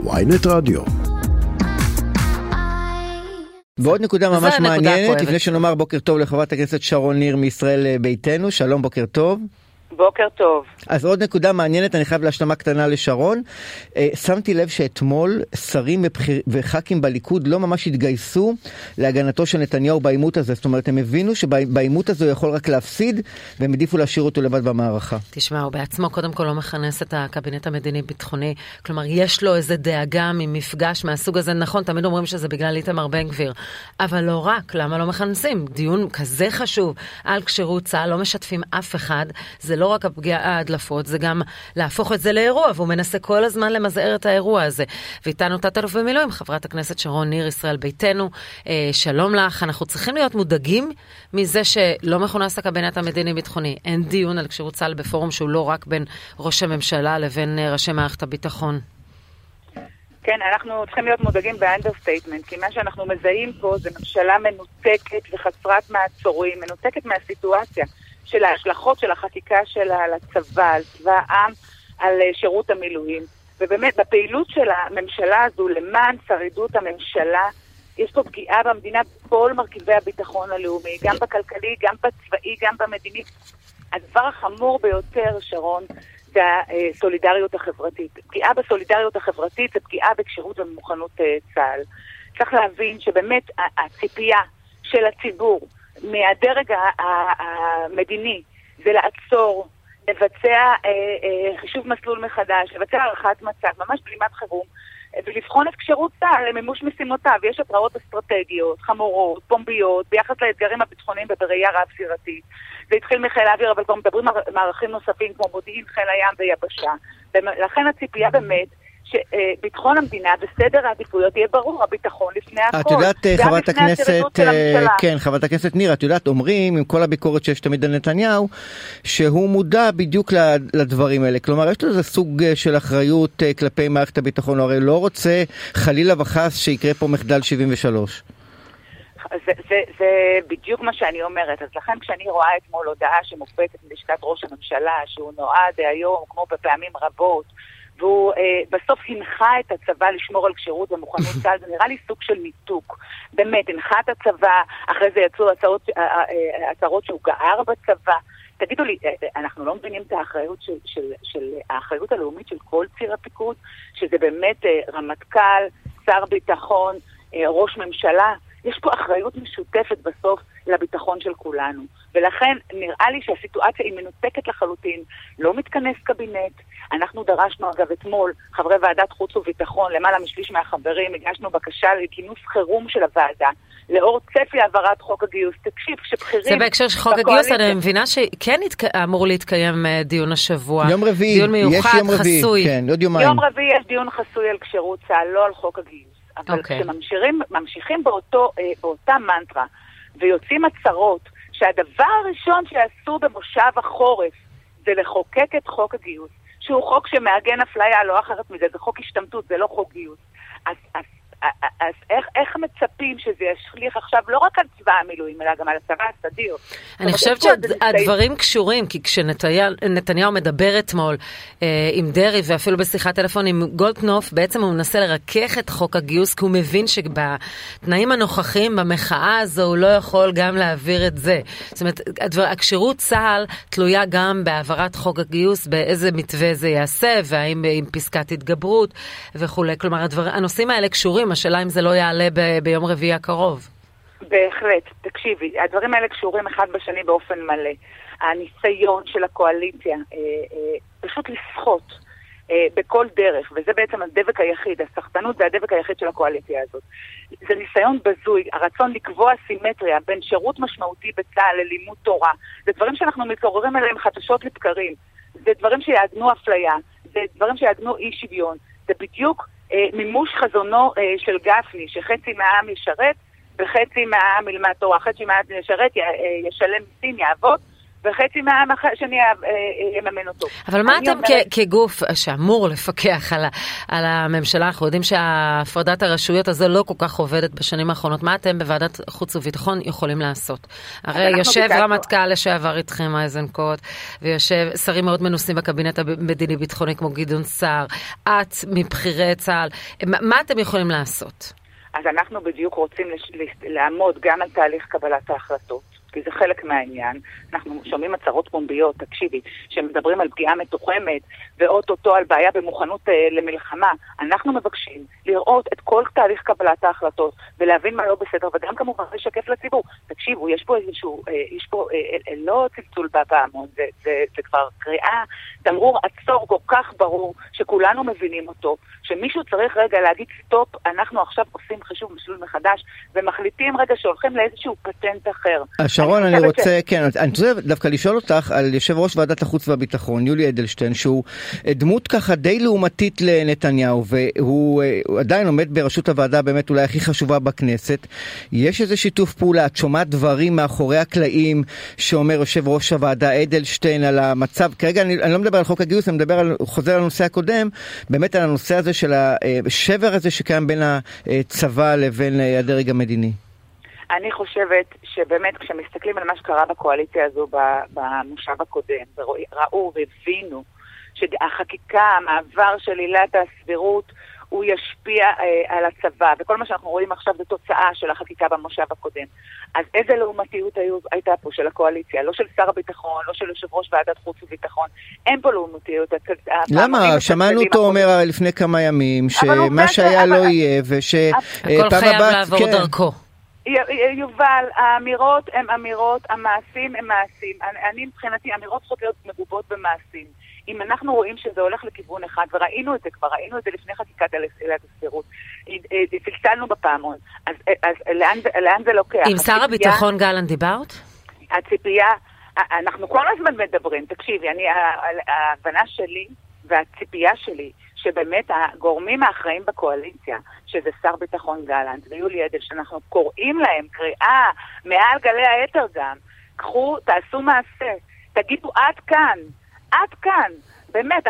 ynet רדיו. ועוד נקודה ממש מעניינת, לפני שנאמר בוקר טוב לחברת הכנסת שרון ניר מישראל ביתנו. שלום, בוקר טוב. בוקר טוב. אז עוד נקודה מעניינת, אני חייב להשלמה קטנה לשרון. שמתי לב שאתמול שרים וח"כים בליכוד לא ממש התגייסו להגנתו של נתניהו בעימות הזה. זאת אומרת, הם הבינו שבעימות הזה הוא יכול רק להפסיד, והם עדיפו להשאיר אותו לבד במערכה. תשמע, הוא בעצמו קודם כל לא מכנס את הקבינט המדיני-ביטחוני. כלומר, יש לו איזה דאגה ממפגש מהסוג הזה. נכון, תמיד אומרים שזה בגלל איתמר בן גביר. אבל לא רק, למה לא מכנסים? דיון כזה חשוב על כשירות צה"ל, לא משתפים אף אחד. זה לא רק הפגיעה ההדלפות, זה גם להפוך את זה לאירוע, והוא מנסה כל הזמן למזער את האירוע הזה. ואיתנו תת-אלוף במילואים, חברת הכנסת שרון ניר, ישראל ביתנו. שלום לך, אנחנו צריכים להיות מודאגים מזה שלא מכונס הקבינט המדיני-ביטחוני. אין דיון על כשירות צה"ל בפורום שהוא לא רק בין ראש הממשלה לבין ראשי מערכת הביטחון. כן, אנחנו צריכים להיות מודאגים באנדרסטייטמנט, כי מה שאנחנו מזהים פה זה ממשלה מנותקת וחסרת מעצורים, מנותקת מהסיטואציה של ההשלכות של החקיקה שלה על הצבא, על צבא העם, על שירות המילואים. ובאמת, בפעילות של הממשלה הזו, למען שרידות הממשלה, יש פה פגיעה במדינה בכל מרכיבי הביטחון הלאומי, גם בכלכלי, גם בצבאי, גם במדיני. הדבר החמור ביותר, שרון, זה הסולידריות החברתית. פגיעה בסולידריות החברתית זה פגיעה בכשירות ומוכנות צה"ל. צריך להבין שבאמת הציפייה של הציבור מהדרג המדיני זה לעצור, לבצע חישוב מסלול מחדש, לבצע הערכת מצב, ממש בלימת חירום, ולבחון את כשירות צה"ל למימוש משימותיו. יש התראות אסטרטגיות, חמורות, פומביות, ביחס לאתגרים הביטחוניים בראייה רב-זירתית. זה התחיל מחיל האוויר, אבל כבר מדברים על מערכים נוספים כמו מודיעין, חיל הים ויבשה. ולכן הציפייה באמת שביטחון המדינה בסדר העדיפויות יהיה ברור, הביטחון לפני הכל. את יודעת, חברת הכנסת, כן, חברת הכנסת ניר, את יודעת, אומרים, עם כל הביקורת שיש תמיד על נתניהו, שהוא מודע בדיוק לדברים האלה. כלומר, יש לו איזה סוג של אחריות כלפי מערכת הביטחון, הוא הרי לא רוצה חלילה וחס שיקרה פה מחדל 73. זה בדיוק מה שאני אומרת. אז לכן כשאני רואה אתמול הודעה שמופצת מלשכת ראש הממשלה, שהוא נועד היום, כמו בפעמים רבות, והוא בסוף הנחה את הצבא לשמור על כשירות ומוכנות צה"ל, זה נראה לי סוג של ניתוק. באמת, הנחה את הצבא, אחרי זה יצאו הצהרות שהוא גער בצבא. תגידו לי, אנחנו לא מבינים את האחריות של האחריות הלאומית של כל ציר הפיקוד, שזה באמת רמטכ"ל, שר ביטחון, ראש ממשלה. יש פה אחריות משותפת בסוף לביטחון של כולנו. ולכן נראה לי שהסיטואציה היא מנותקת לחלוטין, לא מתכנס קבינט. אנחנו דרשנו אגב אתמול, חברי ועדת חוץ וביטחון, למעלה משליש מהחברים, הגשנו בקשה לכינוס חירום של הוועדה, לאור צפי העברת חוק הגיוס. תקשיב, כשבחירים... זה בהקשר של חוק הגיוס, אני מבינה שכן אמור להתקיים דיון השבוע. יום רביעי, דיון מיוחד, חסוי. כן, עוד יומיים. יום רביעי יש דיון חסוי על כשירות צה"ל, לא על חוק הגיוס. אבל כשממשיכים באותה מנטרה, ויוצאים הצהרות, שהדבר הראשון שיעשו במושב החורף, זה לחוקק את חוק הגיוס, שהוא חוק שמעגן אפליה, לא אחרת מזה, זה חוק השתמטות, זה לא חוק גיוס. אז איך מצפים שזה ישליך עכשיו לא רק על צבא המילואים, אלא גם על הצבא הסדיר? אני חושבת שהדברים קשורים, כי כשנתניהו מדבר אתמול עם דרי, ואפילו בשיחת טלפון עם גולדקנופ, בעצם הוא מנסה לרכך את חוק הגיוס, כי הוא מבין שבתנאים הנוכחים, במחאה הזו, הוא לא יכול גם להעביר את זה. זאת אומרת, הקשירות צה"ל תלויה גם בהעברת חוק הגיוס, באיזה מתווה זה יעשה, והאם עם פסקת התגברות וכו'. כלומר, הנושאים האלה קשורים, השאלה אם זה לא יעלה ביום רביעי הקרוב. בהחלט, תקשיבי, הדברים האלה קשורים אחד בשני באופן מלא. הניסיון של הקואליציה פשוט לסחוט בכל דרך, וזה בעצם הדבק היחיד, הסחטנות זה הדבק היחיד של הקואליציה הזאת. זה ניסיון בזוי, הרצון לקבוע סימטריה בין שירות משמעותי בצה"ל ללימוד תורה. זה דברים שאנחנו מתעוררים אליהם חדשות לבקרים. זה דברים שיעגנו אפליה, זה דברים שיעגנו אי שוויון. זה בדיוק מימוש חזונו של גפני, שחצי מהעם ישרת וחצי מהעם ילמד תורה, חצי מהעם ישרת, ישלם מיסים, יעבוד, וחצי מהעם השני יממן אותו. אבל מה אתם כגוף שאמור לפקח על הממשלה, אנחנו יודעים שהפרדת הרשויות הזו לא כל כך עובדת בשנים האחרונות, מה אתם בוועדת חוץ וביטחון יכולים לעשות? הרי יושב רמטכ"ל לשעבר איתכם איזנקוט, ויושב שרים מאוד מנוסים בקבינט המדיני ביטחוני כמו גדעון סער, את מבחירי צה"ל, מה אתם יכולים לעשות? אז אנחנו בדיוק רוצים לעמוד גם על תהליך קבלת ההחלטות, כי זה חלק מהעניין. אנחנו שומעים הצהרות פומביות, תקשיבי, שמדברים על פגיעה מתוחמת, ואוטוטו על בעיה במוכנות למלחמה. אנחנו מבקשים לראות את כל תהליך קבלת ההחלטות, ולהבין מה לא בסדר, וגם כמובן לשקף לציבור. תקשיבו, יש פה איזשהו, יש פה לא צלצול בפעמון, זה כבר קריאה, תמרור עצור כל כך ברור, שכולנו מבינים אותו, שמישהו צריך רגע להגיד סטופ, אנחנו עכשיו עושים חישוב מסלול מחדש, ומחליטים רגע שהולכים לאיזשהו פטנט אחר. שרון, אני רוצה, כן, אני רוצה דווקא לשאול אותך על יושב ראש ועדת החוץ והביטחון, יולי אדלשטיין, שהוא דמות ככה די לעומתית לנתניהו, והוא עדיין עומד בראשות הוועדה באמת אולי הכי חשובה בכנסת. יש איזה שיתוף פעולה, את שומעת דברים מאחורי הקלעים שאומר יושב ראש הוועדה אדלשטיין על המצב, כרגע אני לא מדבר על חוק הגיוס, אני מדבר על, חוזר על הנושא הקודם, באמת על הנושא הזה של השבר הזה שקיים בין הצבא לבין הדרג המדיני. אני חושבת שבאמת כשמסתכלים על מה שקרה בקואליציה הזו במושב הקודם, ראו והבינו שהחקיקה, המעבר של עילת הסבירות, הוא ישפיע על הצבא, וכל מה שאנחנו רואים עכשיו זה תוצאה של החקיקה במושב הקודם. אז איזה לעומתיות הייתה פה של הקואליציה? לא של שר הביטחון, לא של יושב ראש ועדת חוץ וביטחון. אין פה לעומתיות. למה? שמענו אותו אומר לפני כמה ימים, שמה שהיה לא יהיה, הכל חייב לעבור דרכו. יובל, האמירות הן אמירות, המעשים הם מעשים. אני מבחינתי, אמירות צריכות להיות מגובות במעשים. אם אנחנו רואים שזה הולך לכיוון אחד, וראינו את זה כבר, ראינו את זה לפני חקיקת עילת הסבירות, פלסלנו בפעמון, אז לאן זה לוקח? עם שר הביטחון גלנט דיברת? הציפייה, אנחנו כל הזמן מדברים, תקשיבי, ההבנה שלי והציפייה שלי, שבאמת הגורמים האחראים בקואליציה, שזה שר ביטחון גלנט ויולי אדל, שאנחנו קוראים להם קריאה מעל גלי היתר גם, קחו, תעשו מעשה, תגידו עד כאן, עד כאן, באמת,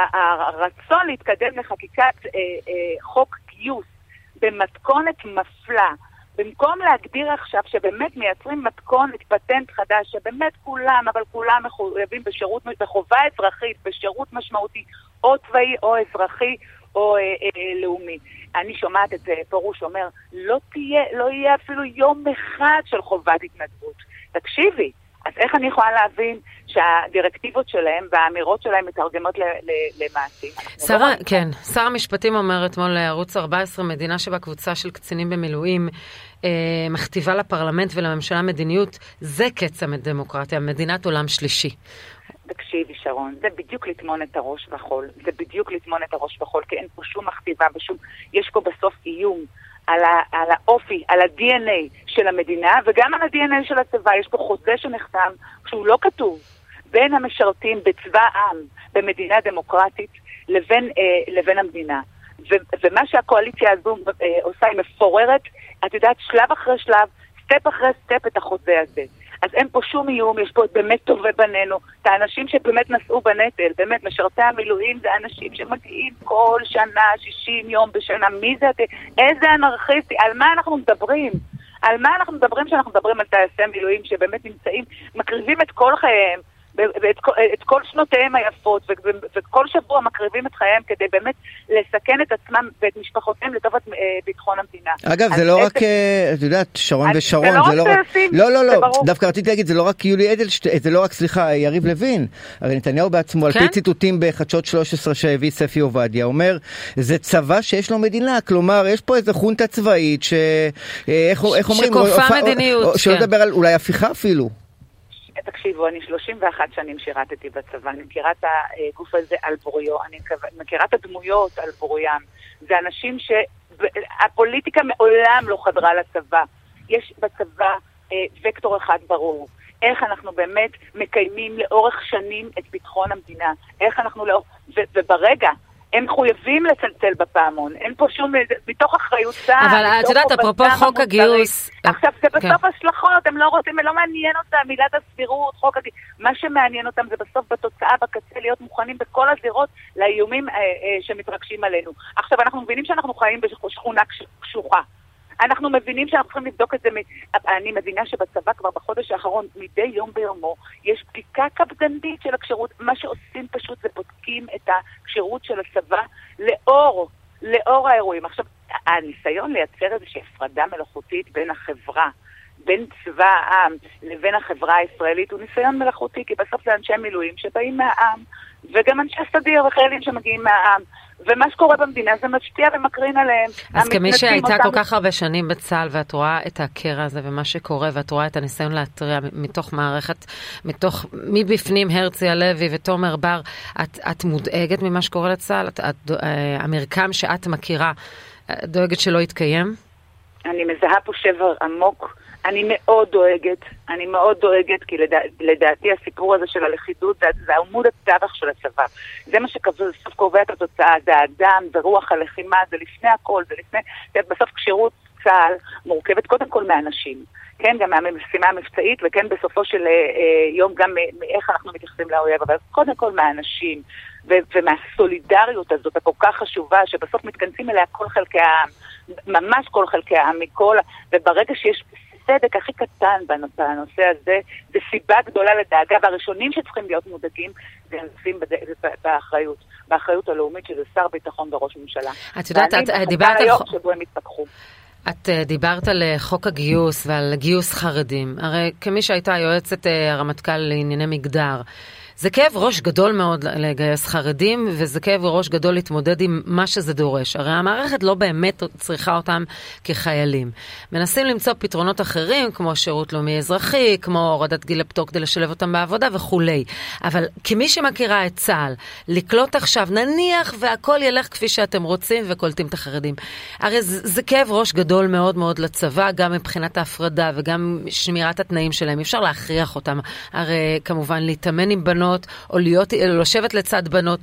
הרצון להתקדם לחקיקת חוק גיוס במתכונת מפלה, במקום להגדיר עכשיו שבאמת מייצרים מתכונת פטנט חדש, שבאמת כולם, אבל כולם מחויבים בחובה אזרחית, בשירות משמעותי, או צבאי או אזרחי או לאומי. אני שומעת את פרוש אומר, לא יהיה אפילו יום אחד של חובת התנדבות. תקשיבי, אז איך אני יכולה להבין שהדירקטיבות שלהם והאמירות שלהם מתרגמות למעשים? כן, שר המשפטים אומר אתמול לערוץ 14, מדינה שבה קבוצה של קצינים במילואים מכתיבה לפרלמנט ולממשלה מדיניות, זה קץ הדמוקרטיה, מדינת עולם שלישי. תקשיבי שרון, זה בדיוק לטמון את הראש בחול, זה בדיוק לטמון את הראש בחול, כי אין פה שום מכתיבה, יש פה בסוף איום על האופי, על ה-DNA של המדינה, וגם על ה-DNA של הצבא. יש פה חוזה שנחתם, שהוא לא כתוב, בין המשרתים בצבא עם, במדינה דמוקרטית, לבין המדינה. ומה שהקואליציה הזו עושה, היא מפוררת, את יודעת, שלב אחרי שלב, סטפ אחרי סטפ את החוזה הזה. אז אין פה שום איום, יש פה באמת טובי בנינו, את האנשים שבאמת נשאו בנטל, באמת משרתי המילואים זה אנשים שמגיעים כל שנה, 60 יום בשנה, מי זה? איזה אנרכיסטי, על מה אנחנו מדברים? על מה אנחנו מדברים שאנחנו מדברים על טייסי מילואים שבאמת נמצאים, מקריבים את כל חייהם, ואת כל שנותיהם היפות, וכל שבוע מקריבים את חייהם כדי באמת לסכן את עצמם ואת משפחותיהם לטובת ביטחון המדינה. אגב, זה לא רק, את יודעת, שרון ושרון, זה לא רק, לא, דווקא רציתי להגיד, זה לא רק יולי אדלשטיין, זה לא רק, סליחה, יריב לוין, הרי נתניהו בעצמו, על פי ציטוטים בחדשות 13 שהביא ספי עובדיה, אומר, זה צבא שיש לו מדינה, כלומר, יש פה איזו חונטה צבאית, איך אומרים, שכופה מדיניות, שלא לדבר על אולי הפיכה אפילו. תקשיבו, אני 31 שנים שירתתי בצבא, אני מכירה את הגוף הזה על בוריו, אני מכירה את הדמויות על בוריים. זה אנשים שהפוליטיקה מעולם לא חדרה לצבא. יש בצבא וקטור אחד ברור. איך אנחנו באמת מקיימים לאורך שנים את ביטחון המדינה. איך אנחנו וברגע הם מחויבים לצלצל בפעמון, אין פה שום, מתוך אחריות צה"ל. אבל את יודעת, אפרופו חוק הגיוס... עכשיו, זה בסוף השלכות, הם לא רוצים, לא מעניין אותם מילת הסבירות, חוק הגיוס. מה שמעניין אותם זה בסוף בתוצאה, בקצה, להיות מוכנים בכל הזירות לאיומים שמתרגשים עלינו. עכשיו, אנחנו מבינים שאנחנו חיים בשכונה קשוחה. אנחנו מבינים שאנחנו צריכים לבדוק את זה, אני מבינה שבצבא כבר בחודש האחרון, מדי יום ביומו, יש בדיקה קפדנית של הקשירות, מה שעושים פשוט זה בודקים את הקשירות של הצבא לאור האירועים. עכשיו, הניסיון לייצר איזושהי הפרדה מלאכותית בין החברה, בין צבא העם לבין החברה הישראלית, הוא ניסיון מלאכותי, כי בסוף זה אנשי מילואים שבאים מהעם, וגם אנשי סדיר וחיילים שמגיעים מהעם. ומה שקורה במדינה זה משפיע ומקרין עליהם. אז כמי שהייתה כל כך הרבה שנים בצה"ל, ואת רואה את הקרע הזה ומה שקורה, ואת רואה את הניסיון להתריע מתוך מערכת, מבפנים הרצי הלוי ותומר בר, את מודאגת ממה שקורה לצה"ל? המרקם שאת מכירה, דואגת שלא יתקיים? אני מזהה פה שבר עמוק. אני מאוד דואגת, כי לדעתי הסיפור הזה של הלכידות זה עמוד התווך של הצבא. זה מה שבסוף קובע את התוצאה, זה האדם, זה רוח הלחימה, זה לפני הכל, זה לפני... בסוף כשירות צה"ל מורכבת קודם כל מאנשים, כן, גם מהמשימה המבצעית, וכן בסופו של יום גם מאיך אנחנו מתייחסים לאויב, אבל קודם כל מהאנשים, ומהסולידריות הזאת הכל כך חשובה, שבסוף מתכנסים אליה כל חלקי העם, ממש כל חלקי העם, וברגע שיש צדק הכי קטן בנושא הזה, זה סיבה גדולה לדאגה, והראשונים שצריכים להיות מודאגים, זה אנשים באחריות הלאומית, שזה שר ביטחון וראש ממשלה. את יודעת, את דיברת על... שבו הם התפתחו. את דיברת על חוק הגיוס ועל גיוס חרדים. הרי כמי שהייתה יועצת הרמטכ"ל לענייני מגדר, זה כאב ראש גדול מאוד לגייס חרדים, וזה כאב ראש גדול להתמודד עם מה שזה דורש. הרי המערכת לא באמת צריכה אותם כחיילים. מנסים למצוא פתרונות אחרים, כמו שירות לאומי אזרחי, כמו הורדת גיל הפטור כדי לשלב אותם בעבודה וכולי. אבל כמי שמכירה את צה"ל, לקלוט עכשיו, נניח והכל ילך כפי שאתם רוצים וקולטים את החרדים. הרי זה כאב ראש גדול מאוד מאוד לצבא, גם מבחינת ההפרדה וגם שמירת התנאים שלהם. אפשר להכריח אותם. הרי כמובן להתאמן עם בנות, או לשבת לצד בנות.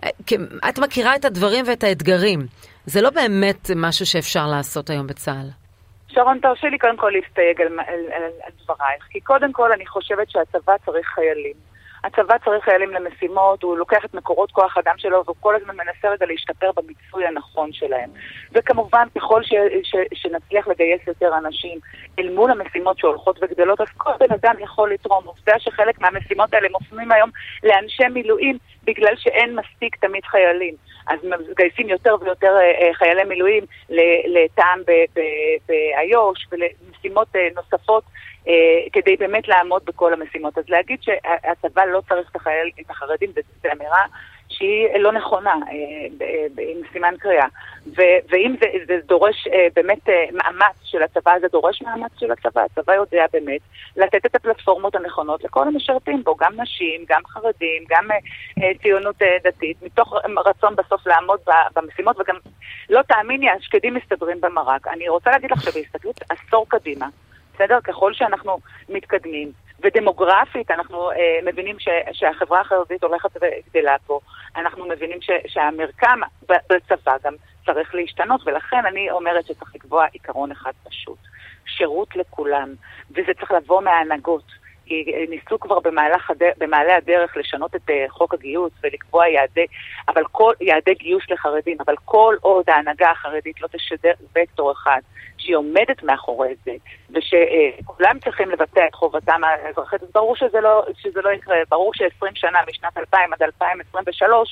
את מכירה את הדברים ואת האתגרים. זה לא באמת משהו שאפשר לעשות היום בצה"ל. שרון, תרשי לי קודם כל להסתייג על דברייך, כי קודם כל אני חושבת שהצבא צריך חיילים. הצבא צריך חיילים למשימות, הוא לוקח את מקורות כוח אדם שלו, והוא כל הזמן מנסה רגע להשתפר במיצוי הנכון שלהם. וכמובן, ככל שנצליח לגייס יותר אנשים אל מול המשימות שהולכות וגדלות, אז כל בן אדם יכול לתרום. עובדה שחלק מהמשימות האלה מופנים היום לאנשי מילואים, בגלל שאין מספיק תמיד חיילים. אז מגייסים יותר ויותר חיילי מילואים לטעם באיו"ש ולמשימות נוספות, כדי באמת לעמוד בכל המשימות. אז להגיד שהצבא לא צריך את החרדים, זה אמירה שהיא לא נכונה, עם סימן קריאה. ואם זה דורש באמת מאמץ של הצבא, זה דורש מאמץ של הצבא. הצבא יודע באמת לתת את הפלטפורמות הנכונות לכל המשרתים בו, גם נשים, גם חרדים, גם ציונות דתית, מתוך רצון בסוף לעמוד במשימות, וגם לא תאמיני, השקדים מסתדרים במרק. אני רוצה להגיד לך שבהסתכלות עשור קדימה, בסדר? ככל שאנחנו מתקדמים, ודמוגרפית אנחנו מבינים שהחברה החרדית הולכת וגדלה פה, אנחנו מבינים שהמרקם בצבא גם צריך להשתנות, ולכן אני אומרת שצריך לקבוע עיקרון אחד פשוט, שירות לכולם, וזה צריך לבוא מההנהגות, כי ניסו כבר במעלה הדרך לשנות את חוק הגיוס ולקבוע יעדי גיוס לחרדים, אבל כל עוד ההנהגה החרדית לא תשדר וקטור אחד שהיא עומדת מאחורי זה, ושכולם צריכים לבצע את חובתם האזרחית, אז ברור שזה לא יקרה, ברור ש20 שנה משנת 2000 עד 2023,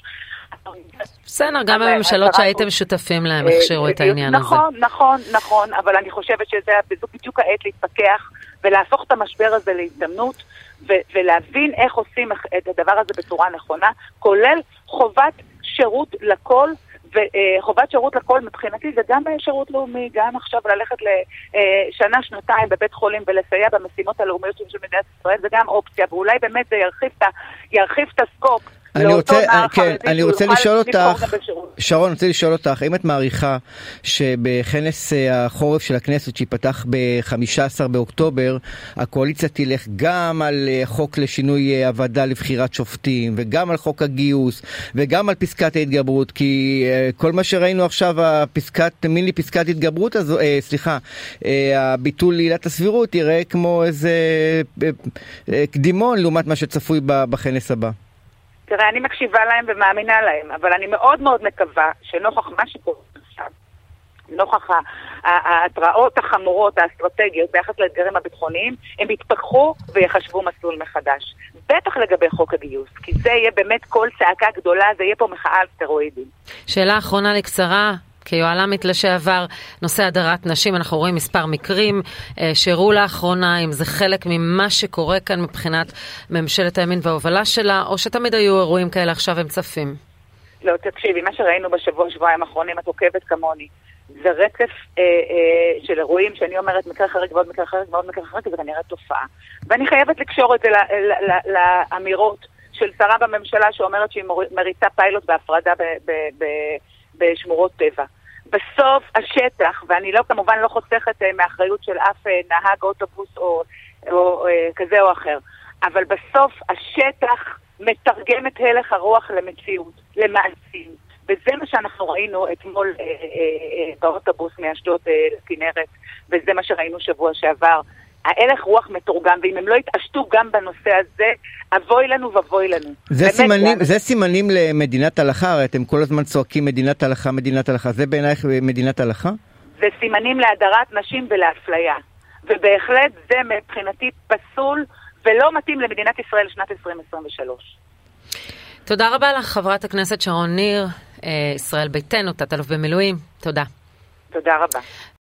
בסדר, גם הממשלות שהייתם שותפים להם הכשירו את העניין הזה. נכון, אבל אני חושבת שזו בדיוק העת להתפקח ולהפוך את המשבר הזה להזדמנות, ולהבין איך עושים את הדבר הזה בצורה נכונה, כולל חובת שירות לכל, וחובת שירות לכל מבחינתי זה גם שירות לאומי, גם עכשיו ללכת לשנה, שנתיים בבית חולים ולסייע במשימות הלאומיות של מדינת ישראל, זה גם אופציה, ואולי באמת זה ירחיב את הסקופ אני רוצה לשאול אותך, שרון, אני רוצה לשאול אותך, האם את מעריכה שבכנס החורף של הכנסת שיפתח ב-15 באוקטובר, הקואליציה תלך גם על חוק לשינוי הוועדה לבחירת שופטים, וגם על חוק הגיוס, וגם על פסקת ההתגברות, כי כל מה שראינו עכשיו, מיני פסקת התגברות הזו, הביטול לעילת הסבירות, יראה כמו איזה קדימון לעומת מה שצפוי בכנס הבא. תראה, אני מקשיבה להם ומאמינה להם, אבל אני מאוד מאוד מקווה שנוכח מה שקורה עכשיו, נוכח ההתראות החמורות, האסטרטגיות ביחס לאתגרים הביטחוניים, הם יתפכחו ויחשבו מסלול מחדש. בטח לגבי חוק הגיוס, כי זה יהיה באמת כל צעקה גדולה, זה יהיה פה מחאה על סטרואידים. שאלה אחרונה לקצרה, כיועלמית לשעבר, נושא הדרת נשים, אנחנו רואים מספר מקרים שהראו לאחרונה, אם זה חלק ממה שקורה כאן מבחינת ממשלת הימין וההובלה שלה, או שתמיד היו אירועים כאלה עכשיו הם צפים? לא, תקשיבי, מה שראינו שבועיים האחרונים, את עוקבת כמוני, זה רצף של אירועים שאני אומרת מקרה חריג ועוד מקרה חריג ועוד מקרה חריג, וזה כנראה תופעה. ואני חייבת לקשור את זה לאמירות של שרה בממשלה שאומרת שהיא מריצה פיילוט בהפרדה בשמורות טבע. בסוף השטח, ואני כמובן לא חוסכת מאחריות של אף נהג אוטובוס או כזה או אחר, אבל בסוף השטח מתרגם את הלך הרוח למציאות, למעשים. וזה מה שאנחנו ראינו אתמול באוטובוס מאשדוד לכנרת, וזה מה שראינו שבוע שעבר. ההלך רוח מתורגם, ואם הם לא יתעשתו גם בנושא הזה, אבוי לנו ובוי לנו. זה סימנים למדינת הלכה? הרי אתם כל הזמן צועקים מדינת הלכה, מדינת הלכה. זה בעינייך מדינת הלכה? זה סימנים להדרת נשים ולאפליה. ובהחלט זה מבחינתי פסול, ולא מתאים למדינת ישראל שנת 2023. תודה רבה לך, חברת הכנסת שרון ניר, ישראל ביתנו, תת-אלוף במילואים. תודה. תודה רבה.